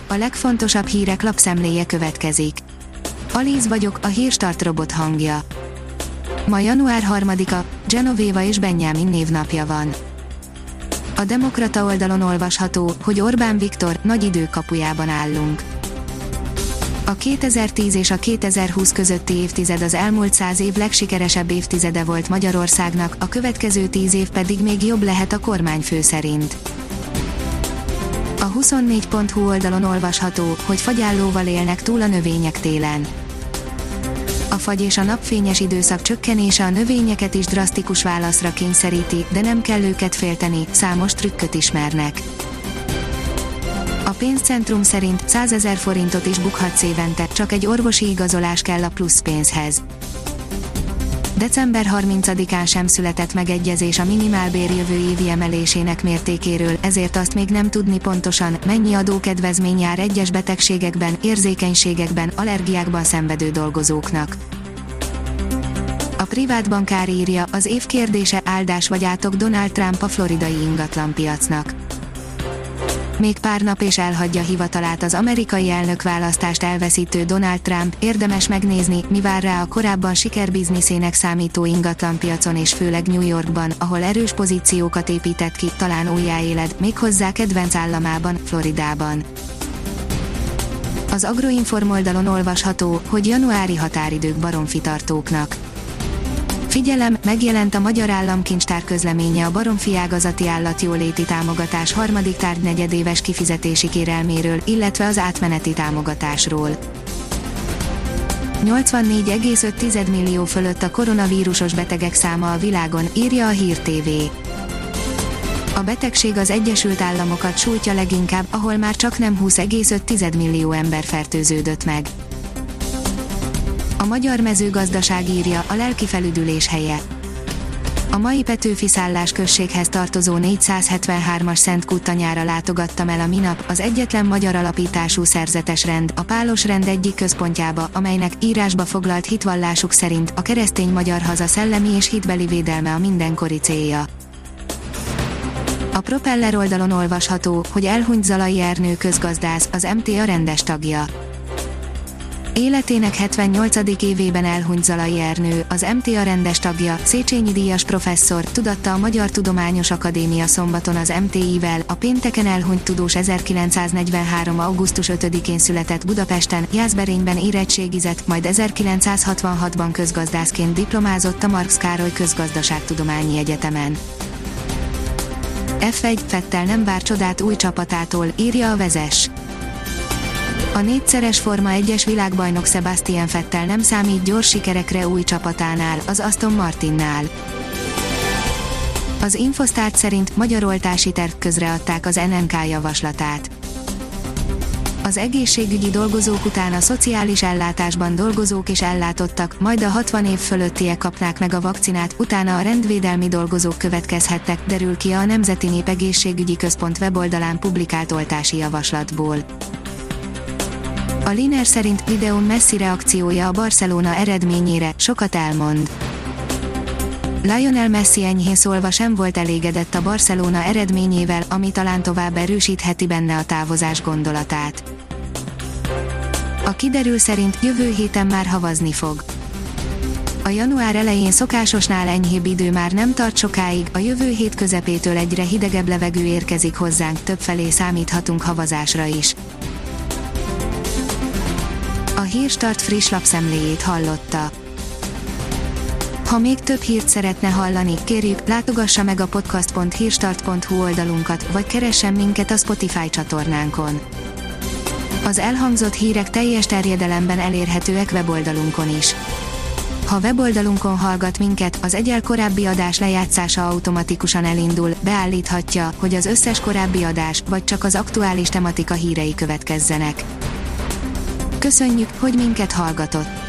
a legfontosabb hírek lapszemléje következik. Alíz vagyok, a Hírstart robot hangja. Ma január 3-a, Genoveva és Benjamin névnapja van. A Demokrata oldalon olvasható, hogy Orbán Viktor, nagy idők kapujában állunk. A 2010 és a 2020 közötti évtized az elmúlt 100 év legsikeresebb évtizede volt Magyarországnak, a következő 10 év pedig még jobb lehet a kormányfő szerint. A 24.hu oldalon olvasható, hogy fagyállóval élnek túl a növények télen. A fagy és a napfényes időszak csökkenése a növényeket is drasztikus válaszra kényszeríti, de nem kell őket félteni, számos trükköt ismernek. A pénzcentrum szerint 100 000 forintot is bukhatsz évente, csak egy orvosi igazolás kell a plusz pénzhez. December 30-án sem született megegyezés a minimálbér jövő évi emelésének mértékéről, ezért azt még nem tudni pontosan, mennyi adókedvezmény jár egyes betegségekben, érzékenységekben, allergiákban szenvedő dolgozóknak. A privát bankár írja, az év kérdése, áldás vagy átok Donald Trump a floridai ingatlanpiacnak. Még pár nap és elhagyja hivatalát az amerikai elnökválasztást elveszítő Donald Trump, érdemes megnézni, mi vár rá a korábban sikerbizniszének számító ingatlanpiacon és főleg New Yorkban, ahol erős pozíciókat épített ki, talán újjáéled, méghozzá kedvenc államában, Floridában. Az Agroinform oldalon olvasható, hogy januári határidők baromfitartóknak. Figyelem, megjelent a Magyar Államkincstár közleménye a baromfi ágazati állatjóléti támogatás harmadik tárgynegyedéves kifizetési kérelméről, illetve az átmeneti támogatásról. 84,5 millió fölött a koronavírusos betegek száma a világon, írja a Hír TV. A betegség az Egyesült Államokat sújtja leginkább, ahol már csaknem 20,5 millió ember fertőződött meg. A Magyar Mezőgazdaság írja, a lelki felüdülés helye. A mai Petőfi Szállás községhez tartozó 473-as Szent Kuttanyára látogattam el a minap, az egyetlen magyar alapítású szerzetes rend, a Pálos rend egyik központjába, amelynek írásba foglalt hitvallásuk szerint a keresztény magyar haza szellemi és hitbeli védelme a mindenkori célja. A Propeller oldalon olvasható, hogy elhunyt Zalai Ernő közgazdász, az MTA rendes tagja. Életének 78. évében elhunyt Zalai Ernő, az MTA rendes tagja, Széchenyi díjas professzor, tudatta a Magyar Tudományos Akadémia szombaton az MTI-vel, a pénteken elhunyt tudós 1943. augusztus 5-én született Budapesten, Jászberényben érettségizett, majd 1966-ban közgazdászként diplomázott a Marx Károly Közgazdaságtudományi Egyetemen. F1 Vettel nem vár csodát új csapatától, írja a Vezes. A négyszeres Forma 1-es világbajnok Sebastian Vettel nem számít gyors sikerekre új csapatánál, az Aston Martinnál. Az Infostart szerint magyar oltási terv közreadták az NNK javaslatát. Az egészségügyi dolgozók után a szociális ellátásban dolgozók és ellátottak, majd a 60 év fölöttiek kapnák meg a vakcinát, utána a rendvédelmi dolgozók következhettek, derül ki a Nemzeti Népegészségügyi Központ weboldalán publikált oltási javaslatból. A Liner szerint videón Messi reakciója a Barcelona eredményére sokat elmond. Lionel Messi enyhén szólva sem volt elégedett a Barcelona eredményével, ami talán tovább erősítheti benne a távozás gondolatát. A kiderül szerint jövő héten már havazni fog. A január elején szokásosnál enyhébb idő már nem tart sokáig, a jövő hét közepétől egyre hidegebb levegő érkezik hozzánk, többfelé számíthatunk havazásra is. A Hírstart friss lapszemléjét hallotta. Ha még több hírt szeretne hallani, kérjük, látogassa meg a podcast.hírstart.hu oldalunkat, vagy keressen minket a Spotify csatornánkon. Az elhangzott hírek teljes terjedelemben elérhetőek weboldalunkon is. Ha weboldalunkon hallgat minket, az egyel korábbi adás lejátszása automatikusan elindul, beállíthatja, hogy az összes korábbi adás, vagy csak az aktuális tematika hírei következzenek. Köszönjük, hogy minket hallgatott!